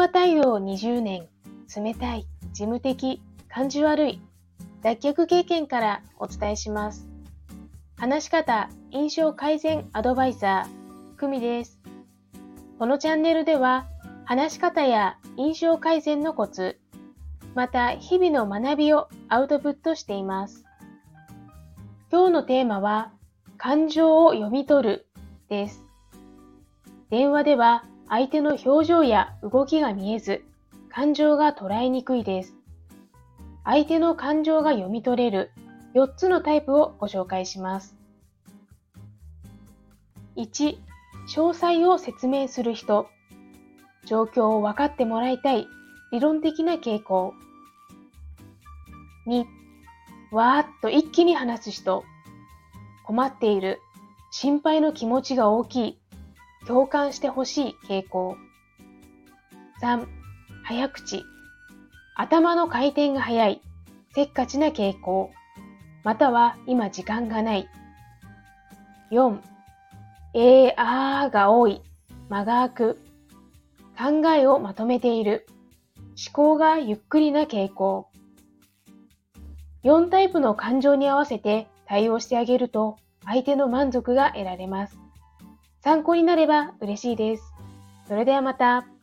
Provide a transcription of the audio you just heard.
話態度20年、冷たい、事務的、感じ悪い、脱却経験からお伝えします。話し方、印象改善アドバイザー、久美です。このチャンネルでは、話し方や印象改善のコツ、また日々の学びをアウトプットしています。今日のテーマは、感情を読み取るです。電話では相手の表情や動きが見えず、感情が捉えにくいです。相手の感情が読み取れる4つのタイプをご紹介します。1、詳細を説明する人。状況を分かってもらいたい理論的な傾向。2、わーっと一気に話す人。困っている、心配の気持ちが大きい、共感してほしい傾向。3、早口。頭の回転が速い、せっかちな傾向。または今時間がない。4、あーが多い、間が空く。考えをまとめている。思考がゆっくりな傾向。4タイプの感情に合わせて対応してあげると相手の満足が得られます。参考になれば嬉しいです。それではまた。